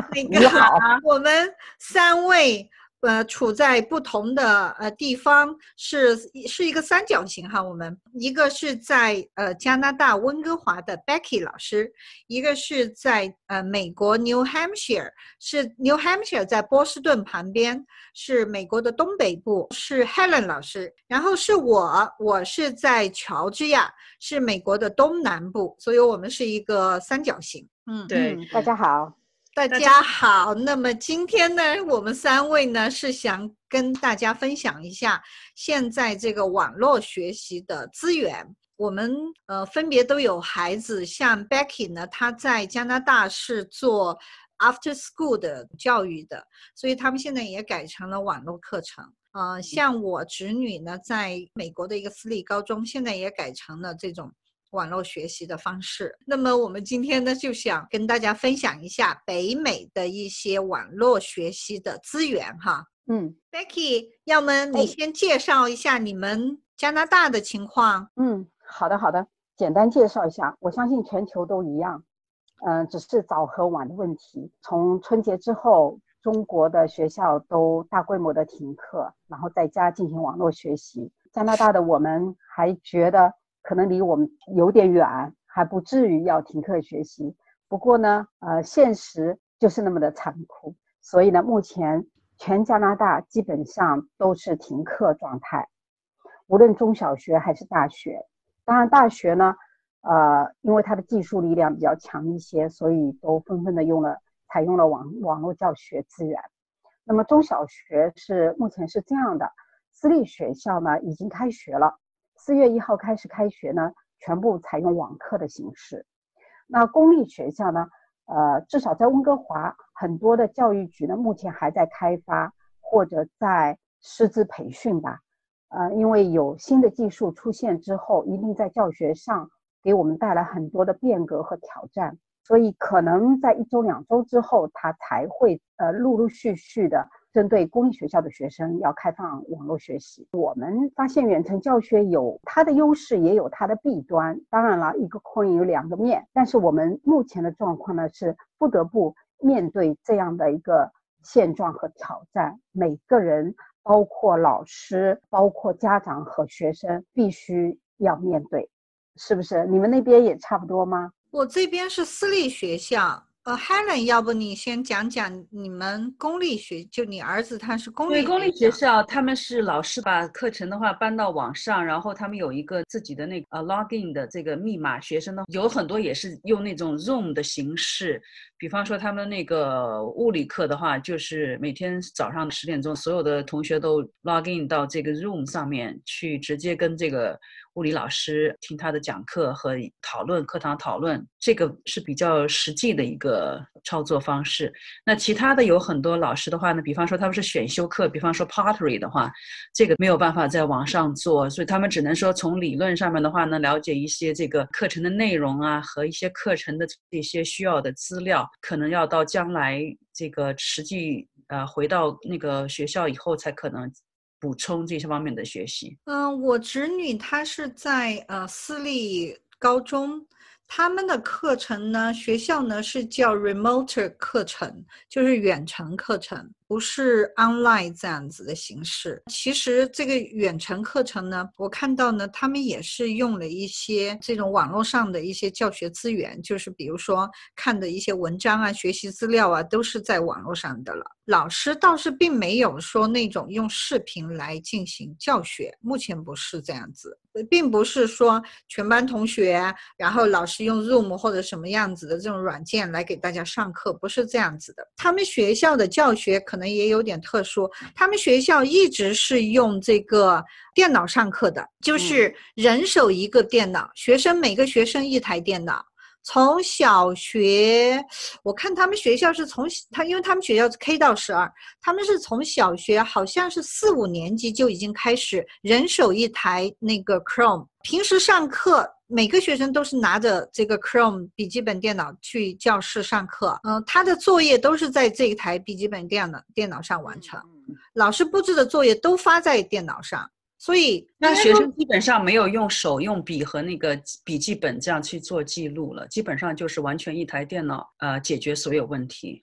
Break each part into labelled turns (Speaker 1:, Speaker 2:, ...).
Speaker 1: 你好，我们三位处在不同的地方，是一个三角形哈。我们一个是在加拿大温哥华的 Becky 老师，一个是在美国 New Hampshire， 是 New Hampshire 在波士顿旁边，是美国的东北部，是 Helen 老师，然后是我是在乔治亚，是美国的东南部，所以我们是一个三角形。
Speaker 2: 对，
Speaker 3: 大家好。
Speaker 1: 大家好，那么今天呢，我们三位呢是想跟大家分享一下现在这个网络学习的资源。我们分别都有孩子，像 Becky 呢，她在加拿大是做 after school 的教育的，所以他们现在也改成了网络课程。像我侄女呢，在美国的一个私立高中，现在也改成了这种网络学习的方式。那么我们今天呢，就想跟大家分享一下北美的一些网络学习的资源哈。Becky， 要么你先介绍一下你们加拿大的情况。
Speaker 3: 好的，简单介绍一下。我相信全球都一样，只是早和晚的问题。从春节之后，中国的学校都大规模的停课，然后在家进行网络学习。加拿大的我们还觉得可能离我们有点远，还不至于要停课学习。不过呢，现实就是那么的残酷，所以呢，目前全加拿大基本上都是停课状态，无论中小学还是大学。当然，大学呢，因为它的技术力量比较强一些，所以都纷纷的采用了网络教学资源。那么中小学目前是这样的，私立学校呢已经开学了。4月1号开始开学呢，全部采用网课的形式。那公立学校呢，至少在温哥华，很多的教育局呢，目前还在开发或者在师资培训吧。因为有新的技术出现之后，一定在教学上给我们带来很多的变革和挑战，所以可能在1周2周之后，它才会陆陆续续的针对公立学校的学生要开放网络学习。我们发现远程教学有它的优势，也有它的弊端。当然了，一个 coin 有2个面，但是我们目前的状况呢，是不得不面对这样的一个现状和挑战。每个人，包括老师，包括家长和学生，必须要面对，是不是？你们那边也差不多吗？
Speaker 1: 我这边是私立学校。Helen， 要不你先讲讲你们公立学，就你儿子他是公立学校。
Speaker 2: 对，公立学校他们是老师把课程的话搬到网上，然后他们有一个自己的那个login 的这个密码，学生呢有很多也是用那种 Zoom 的形式。比方说他们那个物理课的话，就是每天早上10点钟，所有的同学都 login 到这个 Zoom 上面去，直接跟这个物理老师听他的讲课和课堂讨论，这个是比较实际的一个操作方式。那其他的有很多老师的话呢，比方说他们是选修课，比方说 pottery 的话，这个没有办法在网上做，所以他们只能说从理论上面的话呢，了解一些这个课程的内容啊，和一些课程的这些需要的资料，可能要到将来这个实际回到那个学校以后才可能补充这些方面的学习。
Speaker 1: 我侄女她是在私立高中，他们的课程呢，学校呢是叫 remote 课程，就是远程课程，不是 online 这样子的形式。其实这个远程课程呢，我看到呢，他们也是用了一些这种网络上的一些教学资源，就是比如说看的一些文章啊、学习资料啊，都是在网络上的了。老师倒是并没有说那种用视频来进行教学，目前不是这样子，并不是说全班同学，然后老师用 Zoom 或者什么样子的这种软件来给大家上课，不是这样子的。他们学校的教学可能也有点特殊，他们学校一直是用这个电脑上课的，就是人手一个电脑，每个学生一台电脑。从小学，我看他们学校是因为他们学校是 K 到12，他们是从小学好像是4、5年级就已经开始人手一台那个 Chrome， 平时上课每个学生都是拿着这个 Chrome 笔记本电脑去教室上课，他的作业都是在这一台笔记本电脑上完成，老师布置的作业都发在电脑上。 所以
Speaker 2: 那学生基本上没有用手、用笔和那个笔记本这样去做记录了，基本上就是完全一台电脑解决所有问题。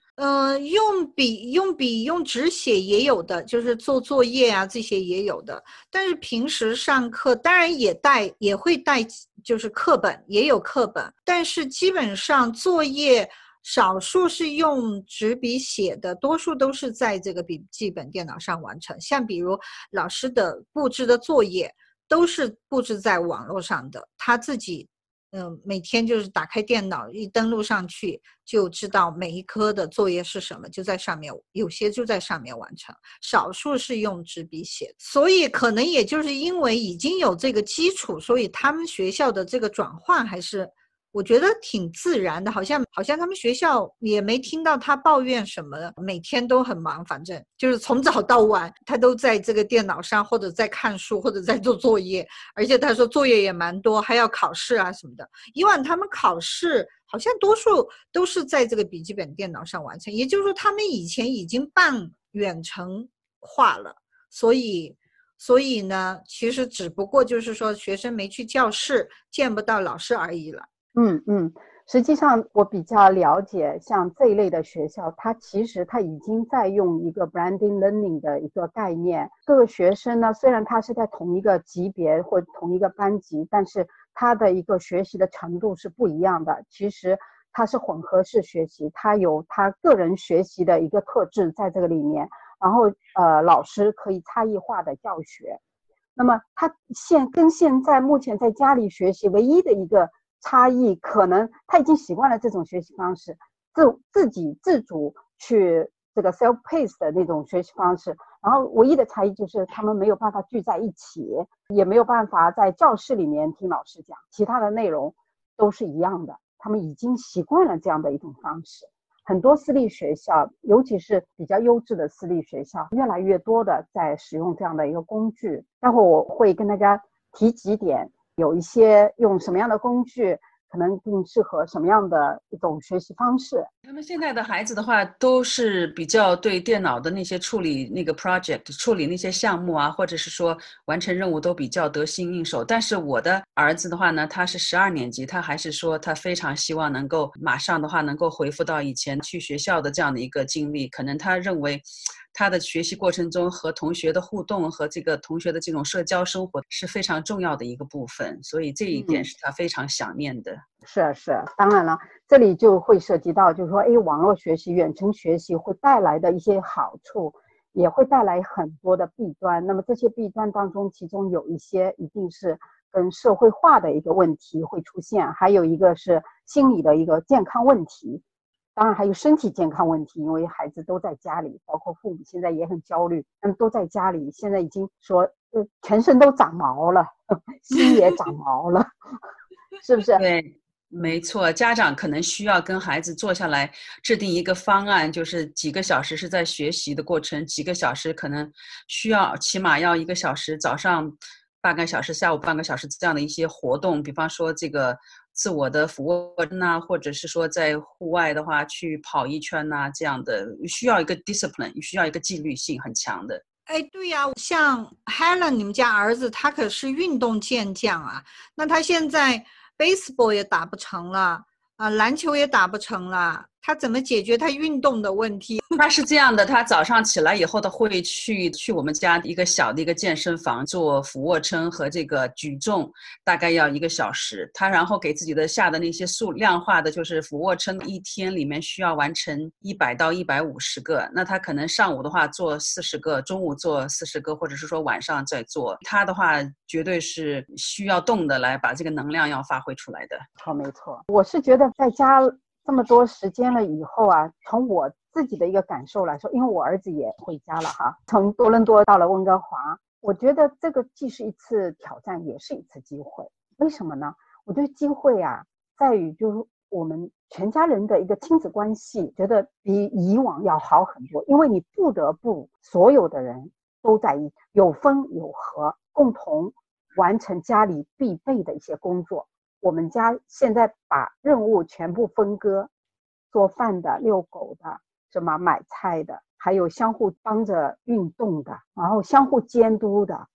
Speaker 1: 用纸写也有的，就是做作业啊这些也有的。但是平时上课当然也会带，就是课本也有课本，但是基本上作业少数是用纸笔写的，多数都是在这个笔记本电脑上完成。像比如老师的布置的作业都是布置在网络上的，他自己每天就是打开电脑一登录上去就知道每一科的作业是什么，就在上面，有些就在上面完成，少数是用纸笔写。所以可能也就是因为已经有这个基础，所以他们学校的这个转换还是我觉得挺自然的，好像他们学校也没听到他抱怨什么的，每天都很忙，反正就是从早到晚他都在这个电脑上，或者在看书，或者在做作业，而且他说作业也蛮多，还要考试啊什么的。以往他们考试好像多数都是在这个笔记本电脑上完成，也就是说他们以前已经半远程化了，所以呢，其实只不过就是说学生没去教室，见不到老师而已了。
Speaker 3: 实际上我比较了解像这一类的学校，其实它已经在用一个 blended learning 的一个概念。各个学生呢，虽然他是在同一个级别或同一个班级，但是他的一个学习的程度是不一样的。其实他是混合式学习，他有他个人学习的一个特质在这个里面，然后老师可以差异化的教学。那么他跟现在目前在家里学习唯一的一个差异，可能他已经习惯了这种学习方式，自己自主去这个 self pace 的那种学习方式，然后唯一的差异就是他们没有办法聚在一起，也没有办法在教室里面听老师讲，其他的内容都是一样的，他们已经习惯了这样的一种方式。很多私立学校，尤其是比较优质的私立学校，越来越多的在使用这样的一个工具。待会我会跟大家提几点，有一些用什么样的工具可能更适合什么样的一种学习方式。
Speaker 2: 他们现在的孩子的话，都是比较对电脑的那些处理那个 project 处理那些项目啊，或者是说完成任务都比较得心应手。但是我的儿子的话呢，他是12年级，他还是说他非常希望能够马上的话能够恢复到以前去学校的这样的一个经历。可能他认为他的学习过程中和同学的互动和这个同学的这种社交生活是非常重要的一个部分，所以这一点是他非常想念的。
Speaker 3: 是，当然了，这里就会涉及到就是说网络学习远程学习会带来的一些好处，也会带来很多的弊端。那么这些弊端当中，其中有一些一定是跟社会化的一个问题会出现，还有一个是心理的一个健康问题，当然还有身体健康问题，因为孩子都在家里，包括父母现在也很焦虑，他们都在家里，现在已经说全身都长毛了，心也长毛了是不是？
Speaker 2: 对，没错，家长可能需要跟孩子坐下来制定一个方案，就是几个小时是在学习的过程，几个小时可能需要起码要1个小时，早上半个小时，下午半个小时这样的一些活动，比方说这个自我的俯卧撑或者是说在户外的话去跑一圈这样的，需要一个 discipline， 需要一个纪律性很强的。
Speaker 1: 对呀，像 Helen 你们家儿子他可是运动健将啊，那他现在 baseball 也打不成了啊，篮球也打不成了，他怎么解决他运动的问题？
Speaker 2: 他是这样的，他早上起来以后，他会去我们家一个小的一个健身房做俯卧撑和这个举重，大概要1个小时。他然后给自己的下的那些量化的，就是俯卧撑一天里面需要完成100到150个。那他可能上午的话做40个，中午做40个，或者是说晚上再做。他的话绝对是需要动的来把这个能量要发挥出来的。
Speaker 3: 没错，我是觉得在家这么多时间了以后啊，从我自己的一个感受来说，因为我儿子也回家了哈，从多伦多到了温哥华，我觉得这个既是一次挑战，也是一次机会。为什么呢？我觉得机会啊，在于就是我们全家人的一个亲子关系，觉得比以往要好很多，因为你不得不所有的人都在有分有合，共同完成家里必备的一些工作。我们家现在把任务全部分割，做饭的、遛狗的、什么买菜的，还有相互帮着运动的，然后相互监督的，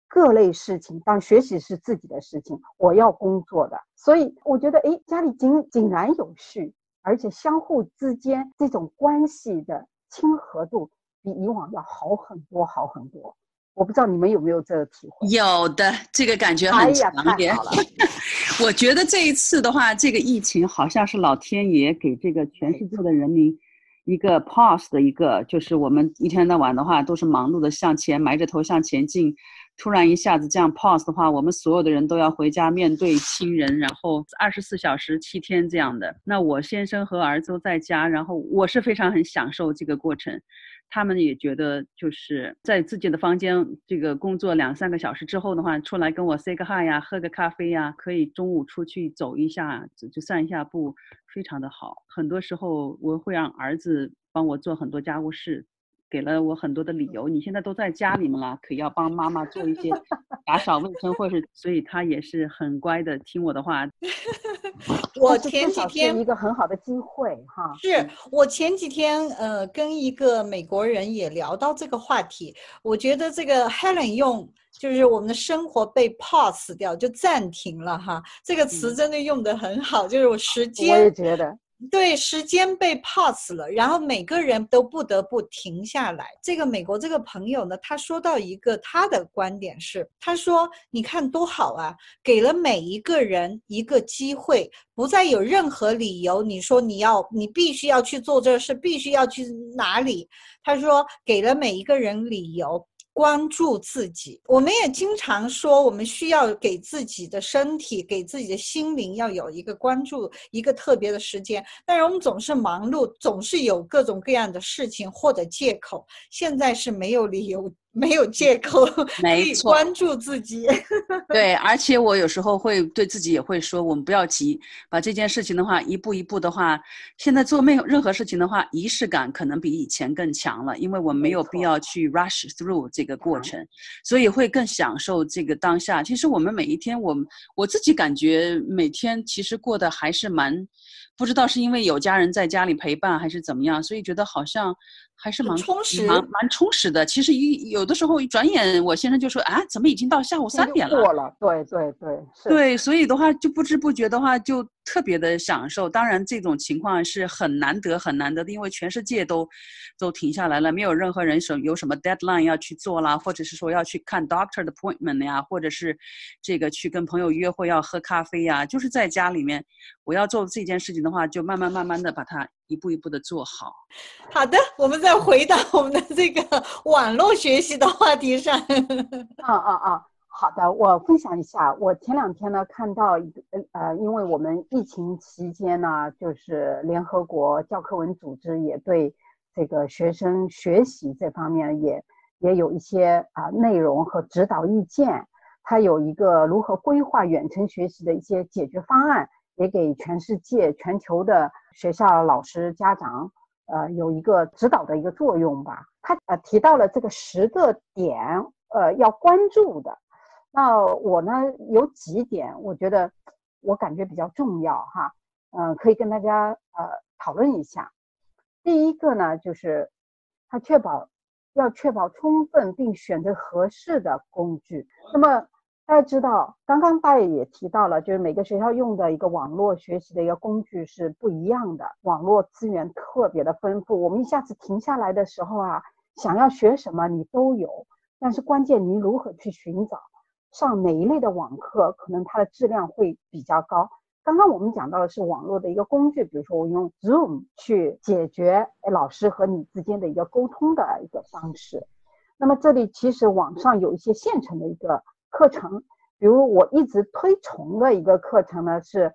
Speaker 3: 各类事情，当学习是自己的事情，我要工作的，所以我觉得家里井然有序，而且相互之间这种关系的亲和度比以往要好很多好很多。我不知道你们有没有这个体会？
Speaker 2: 有的，这个感觉很强烈。
Speaker 3: 太好了
Speaker 2: 我觉得这一次的话，这个疫情好像是老天爷给这个全世界的人民一个 pause 的一个，就是我们一天到晚的话都是忙碌的向前，埋着头向前进，突然一下子这样 pause 的话，我们所有的人都要回家面对亲人，然后24小时7天这样的。那我先生和儿子都在家，然后我是非常很享受这个过程。他们也觉得就是在自己的房间这个工作2-3个小时之后的话，出来跟我 say 个 hi 呀，喝个咖啡呀，可以中午出去走一下，就散一下步，非常的好。很多时候我会让儿子帮我做很多家务事，给了我很多的理由。你现在都在家里面了，可以要帮妈妈做一些打扫卫生，或者是，所以他也是很乖的听我的话。
Speaker 1: 我前几天
Speaker 3: 是一个很好的机会哈。
Speaker 1: 是我前几天跟一个美国人也聊到这个话题，我觉得这个 Helen 用就是我们的生活被 pause 掉，就暂停了哈，这个词真的用得很好，就是我时间，
Speaker 3: 我也觉得。
Speaker 1: 对，时间被 pause 了，然后每个人都不得不停下来。这个美国这个朋友呢，他说到一个他的观点是，他说你看多好啊，给了每一个人一个机会，不再有任何理由你说你必须要去做这事，必须要去哪里。他说给了每一个人理由关注自己。我们也经常说我们需要给自己的身体给自己的心灵要有一个关注，一个特别的时间，但是我们总是忙碌，总是有各种各样的事情或者借口，现在是没有理由没有借口可以关注自己。
Speaker 2: 对，而且我有时候会对自己也会说，我们不要急，把这件事情的话一步一步的话，现在做任何事情的话，仪式感可能比以前更强了，因为我们没有必要去 rush through 这个过程，所以会更享受这个当下。其实我们每一天，我自己感觉每天其实过得还是不知道是因为有家人在家里陪伴还是怎么样，所以觉得好像还是蛮
Speaker 1: 充实，
Speaker 2: 蛮充实的。其实有的时候一转眼，我先生就说啊，怎么已经到下午3点了？
Speaker 3: 过了，对对对，是。
Speaker 2: 对，所以的话就不知不觉的话就特别的享受。当然这种情况是很难得很难得的，因为全世界都停下来了，没有任何人有什么 deadline 要去做啦，或者是说要去看 doctor 的 appointment 呀，或者是这个去跟朋友约会要喝咖啡呀，就是在家里面我要做这件事情的话，就慢慢的把它一步一步的做好。
Speaker 1: 好的，我们再回到我们的这个网络学习的话题上。
Speaker 3: 好的，我分享一下。我前2天呢看到因为我们疫情期间呢，就是联合国教科文组织也对这个学生学习这方面也有一些内容和指导意见。它有一个如何规划远程学习的一些解决方案，也给全世界全球的学校老师家长有一个指导的一个作用吧。他提到了这个10个点要关注的。那我呢有几点我觉得我感觉比较重要哈，可以跟大家讨论一下。第一个呢就是他要确保充分并选择合适的工具。那么大家知道，刚刚大爷也提到了，就是每个学校用的一个网络学习的一个工具是不一样的，网络资源特别的丰富，我们一下子停下来的时候想要学什么你都有，但是关键你如何去寻找，上哪一类的网课可能它的质量会比较高。刚刚我们讲到的是网络的一个工具，比如说我用 Zoom 去解决老师和你之间的一个沟通的一个方式。那么这里其实网上有一些现成的一个课程，比如我一直推崇的一个课程呢是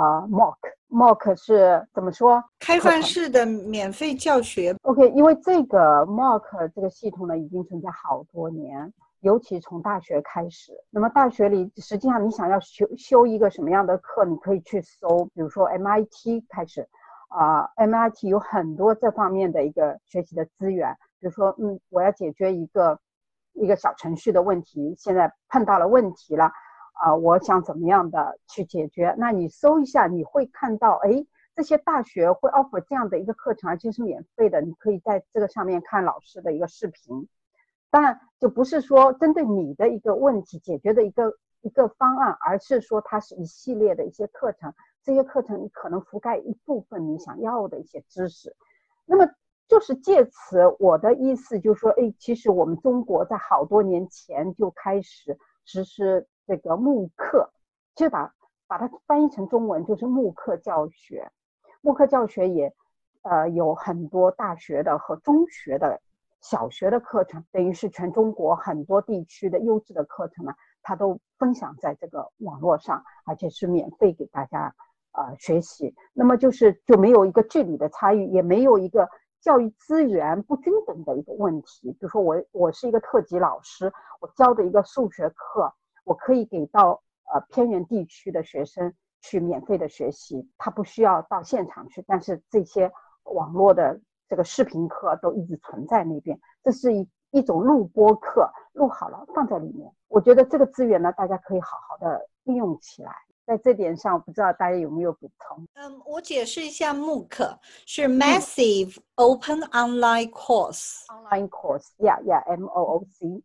Speaker 3: MOOC 是怎么说？
Speaker 1: 开放式的免费教学。
Speaker 3: OK， 因为这个 MOOC 这个系统呢已经存在好多年，尤其从大学开始。那么大学里实际上你想要修一个什么样的课，你可以去搜，比如说 MIT 开始MIT 有很多这方面的一个学习的资源。比如说我要解决一个小程序的问题，现在碰到了问题了我想怎么样的去解决，那你搜一下你会看到这些大学会 offer 这样的一个课程，而且是免费的，你可以在这个上面看老师的一个视频。 当然就不是说针对你的一个问题解决的一个方案，而是说它是一系列的一些课程，这些课程你可能覆盖一部分你想要的一些知识。那么就是借此，我的意思就是说，其实我们中国在好多年前就开始实施这个慕课，其实把它翻译成中文就是慕课教学。慕课教学也有很多大学的和中学的小学的课程，等于是全中国很多地区的优质的课程呢，它都分享在这个网络上，而且是免费给大家学习。那么就没有一个距离的差异，也没有一个教育资源不均等的一个问题。比如说我是一个特级老师，我教的一个数学课，我可以给到偏远地区的学生去免费的学习，他不需要到现场去，但是这些网络的这个视频课都一直存在那边，这是一种录播课，录好了放在里面。我觉得这个资源呢，大家可以好好的利用起来。在这点上，我不知道大家有没有补充？
Speaker 1: 我解释一下，MOOC 是 Massive Open Online
Speaker 3: Course。Online course，yeah，MOOC，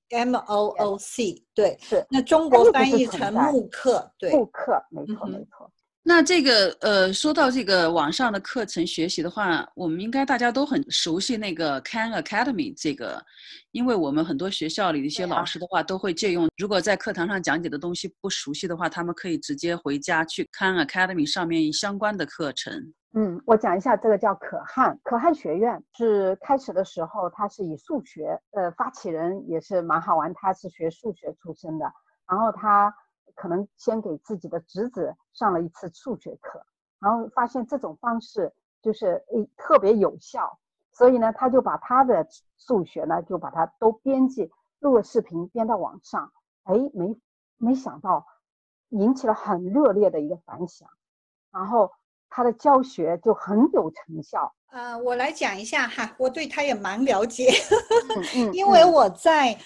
Speaker 1: MOOC， 对，
Speaker 3: 是。
Speaker 1: 那中国翻译成慕课，对，
Speaker 3: 慕课，没错没错。
Speaker 2: 那这个说到这个网上的课程学习的话，我们应该大家都很熟悉那个 Khan Academy 这个，因为我们很多学校里的一些老师的话都会借用，如果在课堂上讲解的东西不熟悉的话，他们可以直接回家去 Khan Academy 上面相关的课程。
Speaker 3: 我讲一下这个叫可汗学院，是开始的时候它是以数学，发起人也是蛮好玩，他是学数学出身的，然后他可能先给自己的侄子上了一次数学课，然后发现这种方式就是特别有效，所以呢他就把他的数学呢就把它都编辑录了视频编到网上，没想到引起了很热烈的一个反响，然后他的教学就很有成效。
Speaker 1: 我来讲一下哈，我对他也蛮了解，因为我在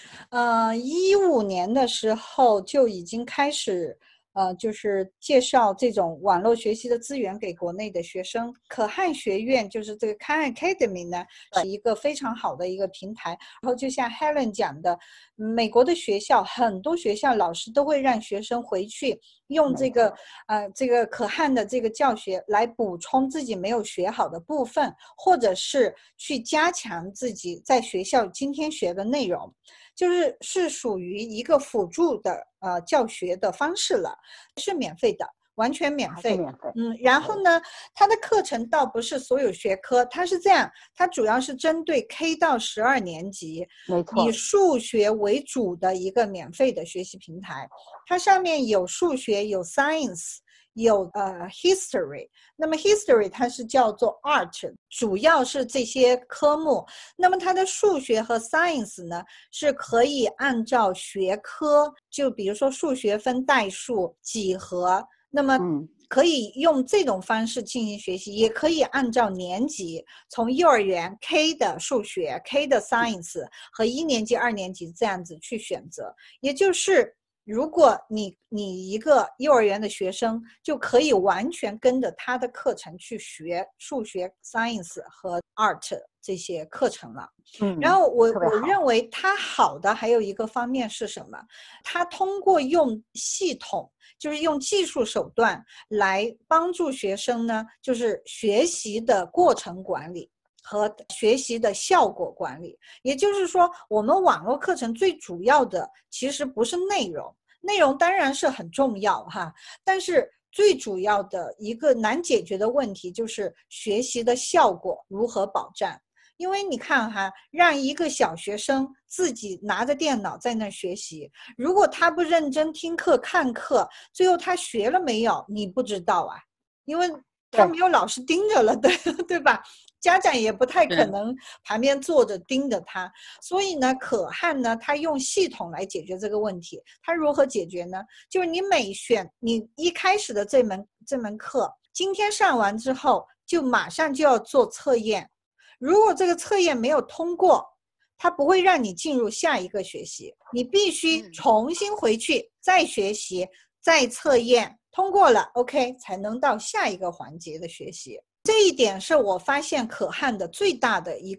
Speaker 1: 15年的时候就已经开始就是介绍这种网络学习的资源给国内的学生。可汗学院就是这个 Khan Academy 呢，是一个非常好的一个平台。然后就像 Helen 讲的，美国的学校很多学校老师都会让学生回去用这个可汗的这个教学来补充自己没有学好的部分，或者是去加强自己在学校今天学的内容，是属于一个辅助的教学的方式了，是免费的，完全免费。然后呢，它的课程倒不是所有学科，它是这样，它主要是针对 K 到12年级，
Speaker 3: 没错，
Speaker 1: 以数学为主的一个免费的学习平台。它上面有数学，有 science， 有history。那么 history 它是叫做 art， 主要是这些科目。那么它的数学和 science 呢，是可以按照学科，就比如说数学分代数、几何，那么可以用这种方式进行学习，也可以按照年级，从幼儿园 K 的数学、K 的 science 和1年级、2年级这样子去选择。也就是如果你一个幼儿园的学生就可以完全跟着他的课程去学数学、science 和 art 这些课程了。然后我认为它好的还有一个方面是什么？它通过用系统，就是用技术手段来帮助学生呢，就是学习的过程管理和学习的效果管理。也就是说，我们网络课程最主要的其实不是内容，内容当然是很重要哈，但是最主要的一个难解决的问题就是学习的效果如何保障。因为你看哈，让一个小学生自己拿着电脑在那学习，如果他不认真听课看课，最后他学了没有你不知道啊，因为他没有老师盯着了，对吧？家长也不太可能旁边坐着盯着他。所以呢，可汗呢，他用系统来解决这个问题。他如何解决呢？就是你你一开始的这门课，今天上完之后就马上就要做测验，如果这个测验没有通过，它不会让你进入下一个学习，你必须重新回去再学习再测验，通过了 OK 才能到下一个环节的学习。这一点是我发现可汗的最大的一个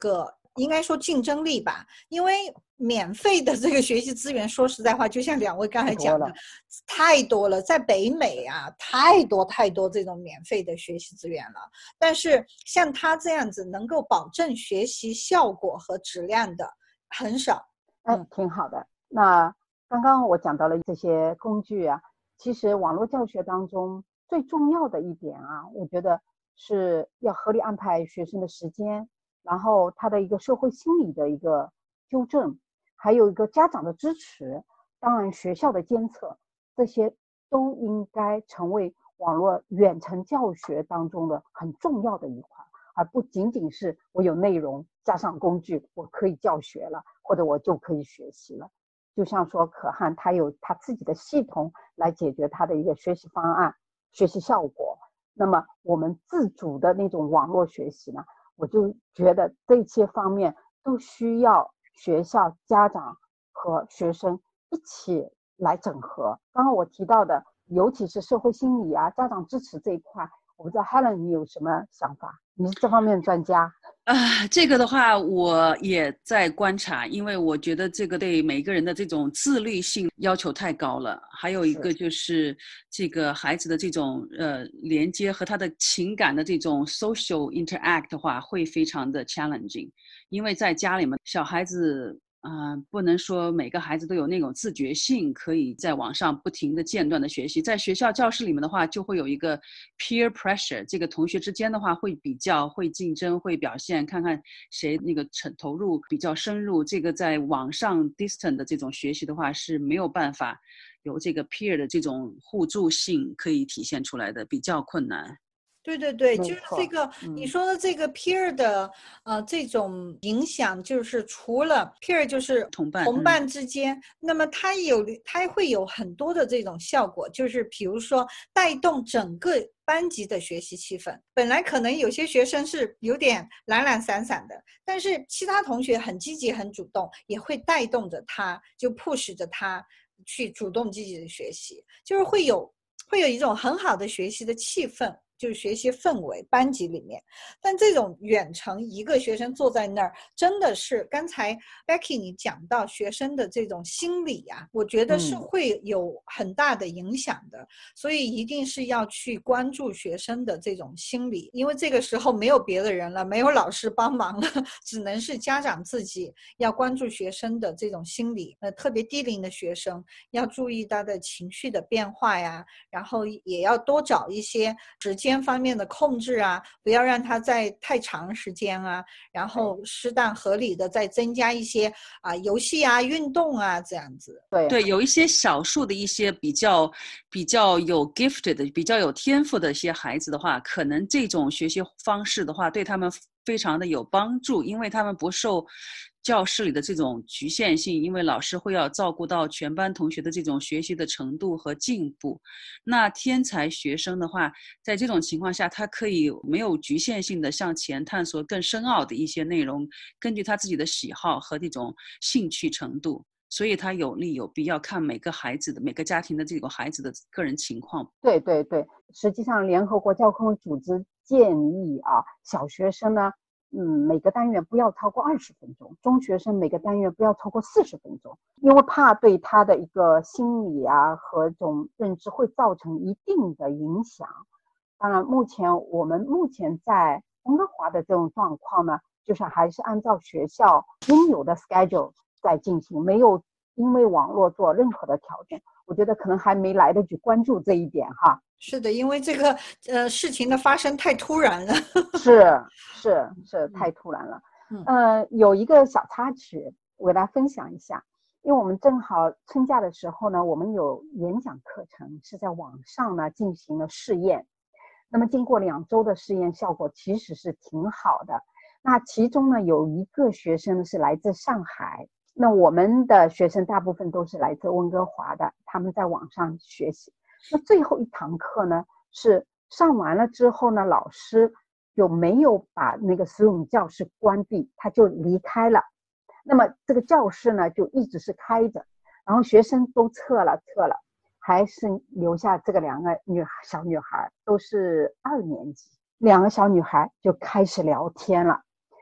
Speaker 1: 应该说竞争力吧，因为免费的这个学习资源，说实在话，就像两位刚才讲的，太多了，在北美啊，太多这种免费的学习资源了。但是像他这样子能够保证学习效果和质量的很少。
Speaker 3: 挺好的。那刚刚我讲到了这些工具啊，其实网络教学当中最重要的一点啊，我觉得是要合理安排学生的时间，然后他的一个社会心理的一个纠正，还有一个家长的支持，当然学校的监测，这些都应该成为网络远程教学当中的很重要的一块，而不仅仅是我有内容加上工具我可以教学了，或者我就可以学习了。就像说可汗他有他自己的系统来解决他的一个学习方案、学习效果，那么我们自主的那种网络学习呢，我就觉得这些方面都需要学校、家长和学生一起来整合。刚刚我提到的，尤其是社会心理啊、家长支持这一块，我不知道 Helen 你有什么想法？你是这方面的专家。
Speaker 2: 这个的话我也在观察，因为我觉得这个对每个人的这种自律性要求太高了。还有一个就是这个孩子的这种连接和他的情感的这种 social interact 的话会非常的 challenging， 因为在家里面小孩子不能说每个孩子都有那种自觉性，可以在网上不停的间断的学习。在学校教室里面的话，就会有一个 peer pressure， 这个同学之间的话会比较、会竞争、会表现，看看谁那个投入比较深入。这个在网上 distant 的这种学习的话是没有办法有这个 peer 的这种互助性可以体现出来的，比较困难。
Speaker 1: 对，就是这个你说的这个 peer 的这种影响，就是除了 peer 就是同伴之间，那么它会有很多的这种效果，就是比如说带动整个班级的学习气氛。本来可能有些学生是有点懒懒散散的，但是其他同学很积极很主动，也会带动着他，就 push 着他去主动积极的学习，就是会有一种很好的学习的气氛，就是学习氛围班级里面。但这种远程一个学生坐在那儿，真的是刚才 Becky 你讲到学生的这种心理啊，我觉得是会有很大的影响的。所以一定是要去关注学生的这种心理，因为这个时候没有别的人了，没有老师帮忙了，只能是家长自己要关注学生的这种心理。特别低龄的学生要注意他的情绪的变化呀，然后也要多找一些时间方面的控制啊，不要让他在太长时间啊，然后适当合理的再增加一些游戏啊、运动啊这样子。
Speaker 2: 对，有一些少数的一些比较有 gifted 的、比较有天赋的一些孩子的话，可能这种学习方式的话对他们非常的有帮助，因为他们不受教室里的这种局限性，因为老师会要照顾到全班同学的这种学习的程度和进步。那天才学生的话，在这种情况下，他可以没有局限性的向前探索更深奥的一些内容，根据他自己的喜好和这种兴趣程度。所以他有必要看每个孩子的、每个家庭的这个孩子的个人情况。
Speaker 3: 对，实际上联合国教科文组织建议小学生呢，每个单元不要超过20分钟，中学生每个单元不要超过40分钟，因为怕对他的一个心理和这种认知会造成一定的影响。当然，我们目前在温哥华的这种状况呢，就是还是按照学校应有的 schedule 在进行，没有因为网络做任何的调整。我觉得可能还没来得及关注这一点哈。
Speaker 1: 是的，因为这个事情的发生太突然了。
Speaker 3: 是太突然了。有一个小插曲我给大家分享一下，因为我们正好春假的时候呢，我们有演讲课程是在网上呢进行了试验，那么经过2周的试验，效果其实是挺好的。那其中呢有一个学生是来自上海，那我们的学生大部分都是来自温哥华的，他们在网上学习。那最后一堂课呢是上完了之后呢，老师就没有把那个Zoom教室关闭，他就离开了。那么这个教室呢就一直是开着，然后学生都撤了，还是留下这个2个小女孩，都是2年级，2个小女孩就开始聊天了。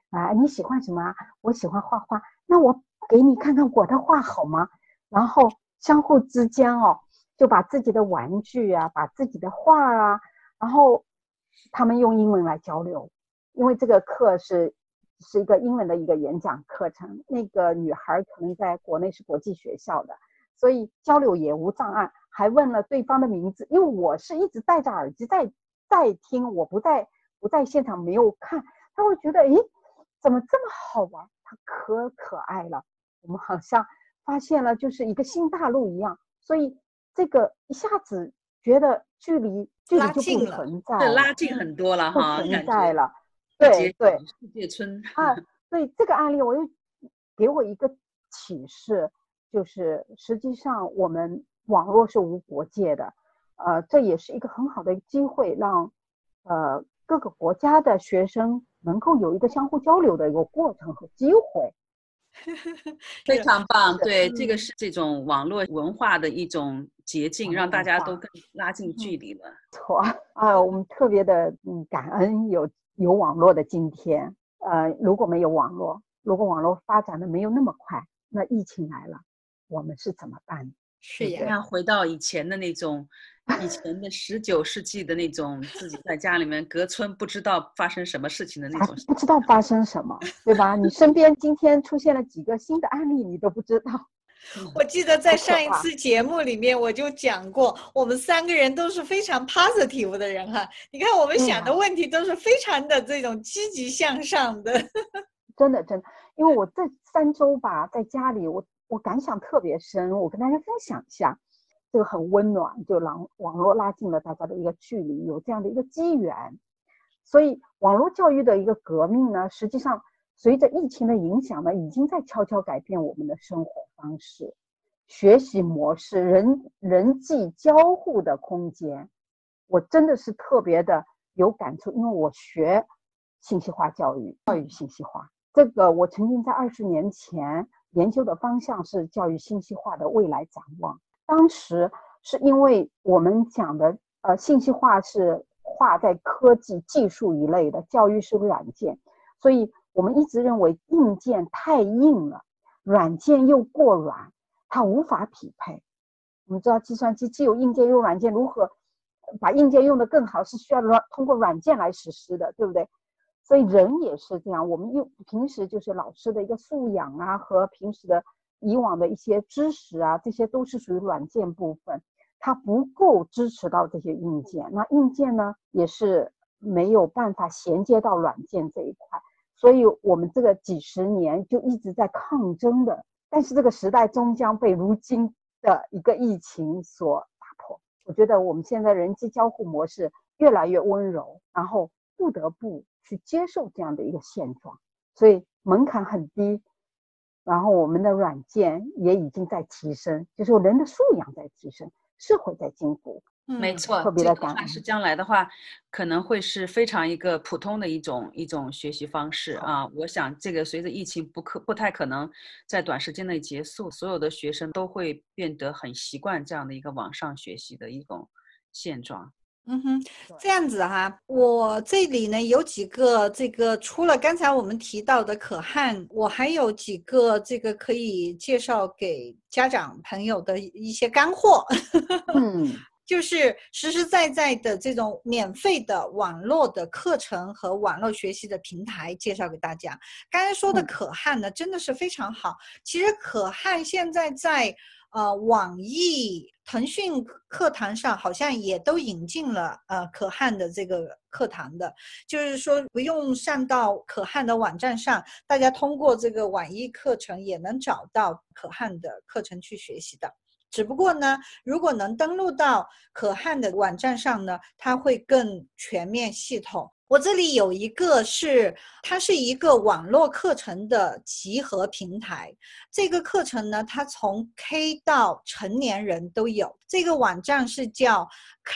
Speaker 3: 啊，你喜欢什么啊？我喜欢画画，那我给你看看我的画好吗？然后相互之间就把自己的玩具啊，把自己的画啊，然后他们用英文来交流，因为这个课是一个英文的一个演讲课程。那个女孩可能在国内是国际学校的，所以交流也无障碍，还问了对方的名字。因为我是一直戴着耳机在听，我不在现场没有看，他会觉得诶，怎么这么好玩？他可爱了，我们好像发现了就是一个新大陆一样，所以这个一下子觉得距离就不存在了，
Speaker 2: 拉近很多了哈，
Speaker 3: 不存在了。
Speaker 2: 对对，世界村
Speaker 3: 啊，所以这个案例我又给我一个启示，就是实际上我们网络是无国界的，这也是一个很好的机会，让各个国家的学生能够有一个相互交流的一个过程和机会。
Speaker 2: 非常棒，对，这个是这种网络文化的一种捷径，让大家都更拉近距离了。
Speaker 3: 错我们特别的感恩有网络的今天。如果没有网络，如果网络发展的没有那么快，那疫情来了，我们是怎么办的？
Speaker 1: 是呀，
Speaker 2: 要回到以前的那种，以前的19世纪的那种，自己在家里面隔村不知道发生什么事情的那种，
Speaker 3: 不知道发生什么，对吧？你身边今天出现了几个新的案例，你都不知道。
Speaker 1: 我记得在上一次节目里面我就讲过，我们3个人都是非常 positive 的人哈。你看我们想的问题都是非常的这种积极向上的。
Speaker 3: 真的，因为我这3周吧，在家里我感想特别深，我跟大家分享一下，这个很温暖，就网络拉近了大家的一个距离，有这样的一个机缘。所以网络教育的一个革命呢，实际上随着疫情的影响呢，已经在悄悄改变我们的生活方式、学习模式、人际交互的空间。我真的是特别的有感触，因为我学信息化教育信息化，这个我曾经在20年前研究的方向是教育信息化的未来展望。当时是因为我们讲的信息化是划在科技技术一类的，教育是软件，所以我们一直认为硬件太硬了，软件又过软，它无法匹配。我们知道计算机既有硬件又有软件，如何把硬件用得更好是需要通过软件来实施的，对不对？所以人也是这样，我们平时就是老师的一个素养啊，和平时的以往的一些知识啊，这些都是属于软件部分，它不够支持到这些硬件，那硬件呢也是没有办法衔接到软件这一块，所以我们这个几十年就一直在抗争的，但是这个时代终将被如今的一个疫情所打破。我觉得我们现在人机交互模式越来越温柔，然后不得不去接受这样的一个现状，所以门槛很低，然后我们的软件也已经在提升，就是人的素养在提升，社会在进步。
Speaker 2: 没错，
Speaker 3: 特别的感恩。
Speaker 2: 是将来的话，可能会是非常一个普通的一种学习方式啊。我想这个随着疫情不太可能在短时间内结束，所有的学生都会变得很习惯这样的一个网上学习的一种现状。
Speaker 1: 这样子哈，我这里呢有几个这个除了刚才我们提到的可汗，我还有几个这个可以介绍给家长朋友的一些干货。就是实实在在的这种免费的网络的课程和网络学习的平台介绍给大家。刚才说的可汗呢，真的是非常好。其实可汗现在在网易、腾讯课堂上好像也都引进了可汗的这个课堂的，就是说不用上到可汗的网站上，大家通过这个网易课程也能找到可汗的课程去学习的。只不过呢，如果能登录到可汗的网站上呢，它会更全面系统。我这里有一个它是一个网络课程的集合平台，这个课程呢，它从 K 到成年人都有。这个网站是叫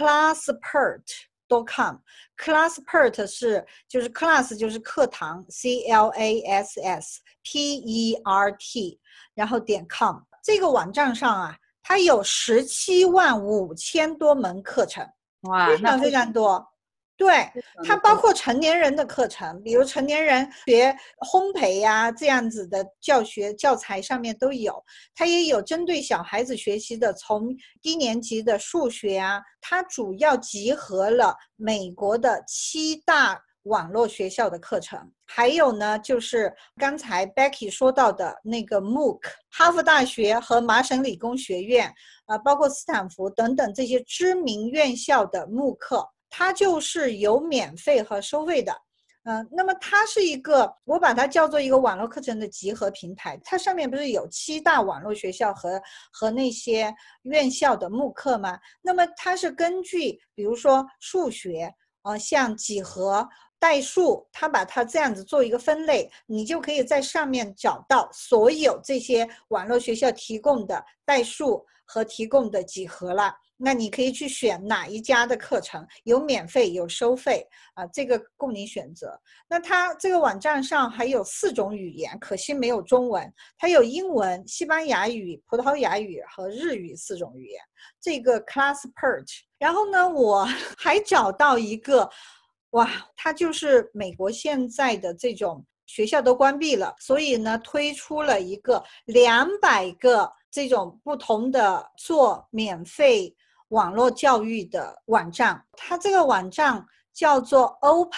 Speaker 1: classpert.com， classpert 就是 class 就是課堂 CLASSPERT， 然後.com。 这个网站上啊，它有175000多门课程，
Speaker 2: 哇，
Speaker 1: 非常非常多。 对，它包
Speaker 2: 非常的多。
Speaker 1: 括成年人的课程，比如成年人学烘焙呀，这样子的教学教材上面都有。它也有针对小孩子学习的，从低年级的数学啊，它主要集合了美国的7大网络学校的课程。还有呢，就是刚才 Becky 说到的那个 MOOC， 哈佛大学和麻省理工学院包括斯坦福等等这些知名院校的MOOC课，它就是有免费和收费的。那么它是一个，我把它叫做一个网络课程的集合平台。它上面不是有7大网络学校和那些院校的MOOC课吗？那么它是根据比如说数学像几何、代数，它把它这样子做一个分类，你就可以在上面找到所有这些网络学校提供的代数和提供的几何了。那你可以去选哪一家的课程，有免费有收费这个供你选择。那它这个网站上还有4种语言，可惜没有中文，它有英文、西班牙语、葡萄牙语和日语4种语言。这个 ClassPerch， 然后呢，我还找到一个，哇，它就是美国现在的这种学校都关闭了，所以呢，推出了一个200个这种不同的做免费网络教育的网站。它这个网站叫做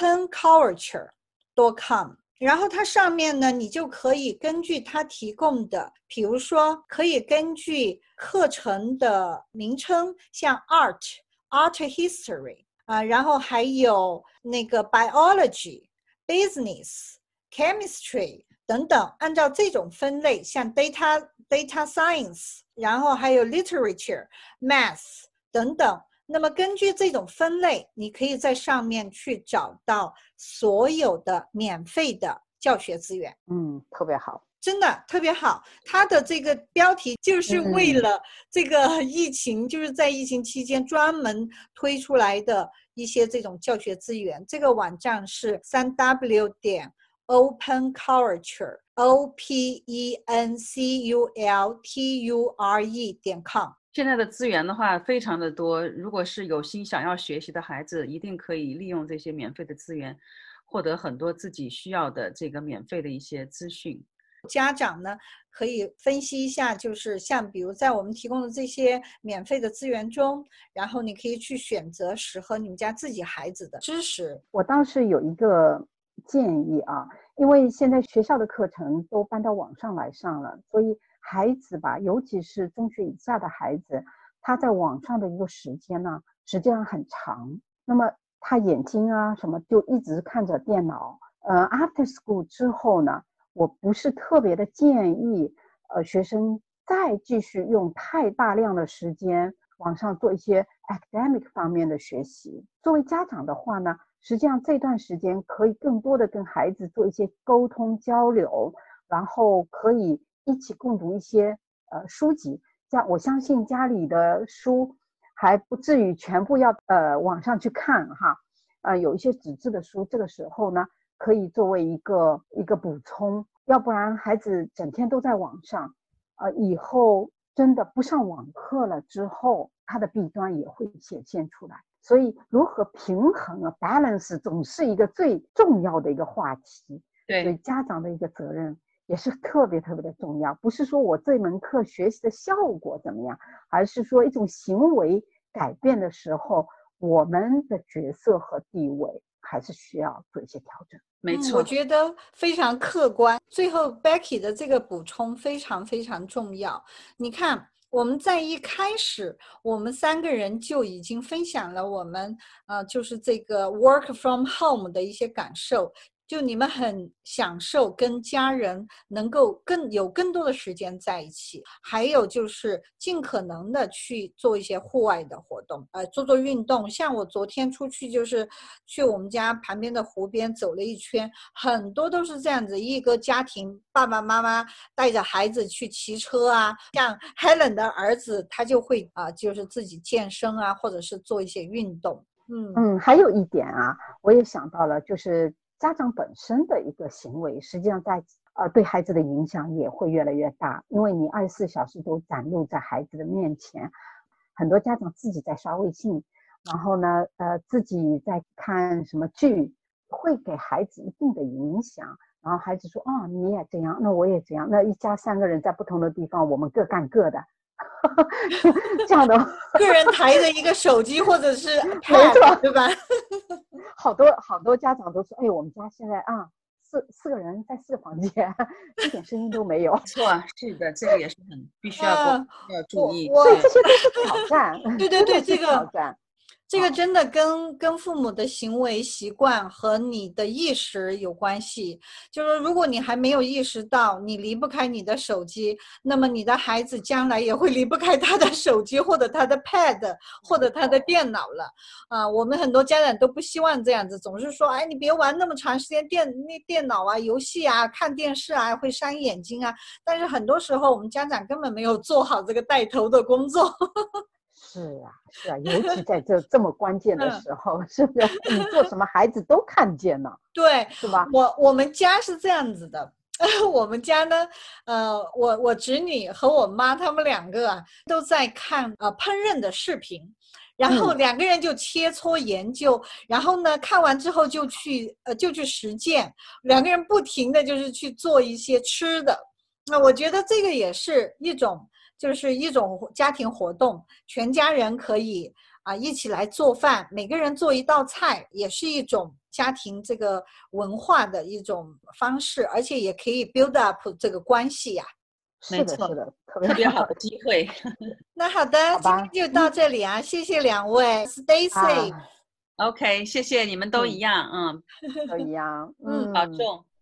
Speaker 1: openculture.com， 然后它上面呢，你就可以根据它提供的，比如说可以根据课程的名称，像 art history然后还有那个 biology business chemistry 等等，按照这种分类，像 data science， 然后还有 literature math 等等。那么根据这种分类，你可以在上面去找到所有的免费的教学资源。
Speaker 3: 特别好，
Speaker 1: 真的特别好。它的这个标题就是为了这个疫情，就是在疫情期间专门推出来的一些这种教学资源。这个网站是3w.openculture openculture.com。
Speaker 2: 现在的资源的话非常的多，如果是有心想要学习的孩子，一定可以利用这些免费的资源，获得很多自己需要的这个免费的一些资讯。
Speaker 1: 家长呢可以分析一下，就是像比如在我们提供的这些免费的资源中，然后你可以去选择适合你们家自己孩子的知识。
Speaker 3: 我倒是有一个建议因为现在学校的课程都搬到网上来上了，所以孩子吧，尤其是中学以下的孩子，他在网上的一个时间呢，实际上很长。那么他眼睛什么就一直看着电脑。after school 之后呢，我不是特别的建议学生再继续用太大量的时间网上做一些 academic 方面的学习。作为家长的话呢，实际上这段时间可以更多的跟孩子做一些沟通交流，然后可以一起共读一些书籍。我相信家里的书还不至于全部要网上去看有一些纸质的书，这个时候呢可以作为一个补充。要不然孩子整天都在网上以后真的不上网课了之后，它的弊端也会显现出来。所以如何平衡balance 总是一个最重要的一个话题。
Speaker 2: 对，
Speaker 3: 所以家长的一个责任也是特别特别的重要，不是说我这门课学习的效果怎么样，而是说一种行为改变的时候，我们的角色和地位还是需要做一些调整。
Speaker 2: 没错，
Speaker 1: 我觉得非常客观。最后 Becky 的这个补充非常非常重要。你看，我们在一开始，我们3个人就已经分享了我们就是这个 work from home 的一些感受。就你们很享受跟家人能够有更多的时间在一起，还有就是尽可能的去做一些户外的活动，做运动。像我昨天出去就是去我们家旁边的湖边走了一圈，很多都是这样子，一个家庭爸爸妈妈带着孩子去骑车像 Helen 的儿子他就会就是自己健身或者是做一些运动。
Speaker 3: 还有一点我也想到了，就是家长本身的一个行为，实际上在对孩子的影响也会越来越大，因为你24小时都展露在孩子的面前。很多家长自己在刷微信， 然后呢，自己在看什么剧，会给孩子一定的影响。然后孩子说：“哦，你也这样，那我也这样。那一家3个人在不同的地方，我们各干各的。”这样的，
Speaker 1: 个人抬着一个手机或者是
Speaker 3: pad， 没错，
Speaker 1: 对吧？
Speaker 3: 好多家长都说：“哎，我们家现在啊，四个人在4个房间，一点声音都没有。”
Speaker 2: 没错，是的，这个也是很必须要注意。
Speaker 3: 所以这些都是挑战。
Speaker 1: 对，这个
Speaker 3: 挑战。
Speaker 1: 这个真的跟父母的行为习惯和你的意识有关系。就是如果你还没有意识到你离不开你的手机，那么你的孩子将来也会离不开他的手机或者他的 pad 或者他的电脑了。我们很多家长都不希望这样子，总是说，哎，你别玩那么长时间电脑啊、游戏啊、看电视啊，会伤眼睛啊。但是很多时候我们家长根本没有做好这个带头的工作。
Speaker 3: 是啊，尤其在这么关键的时候，是不是？你做什么，孩子都看见了，
Speaker 1: 对，
Speaker 3: 是吧？
Speaker 1: 我们家是这样子的，我们家呢，我侄女和我妈他们2个啊都在看烹饪的视频，然后2个人就切磋研究，然后呢看完之后就去实践，2个人不停的就是去做一些吃的。那我觉得这个也是一种家庭活动，全家人可以一起来做饭，每个人做一道菜，也是一种家庭这个文化的一种方式，而且也可以 build up 这个关系呀。
Speaker 3: 是的，
Speaker 2: 特别好的机会。
Speaker 1: 那好的，今天就到这里啊，谢谢2位 ，Stay safe。
Speaker 2: OK， 谢谢你们都一样，
Speaker 3: 都一样，
Speaker 2: 保重。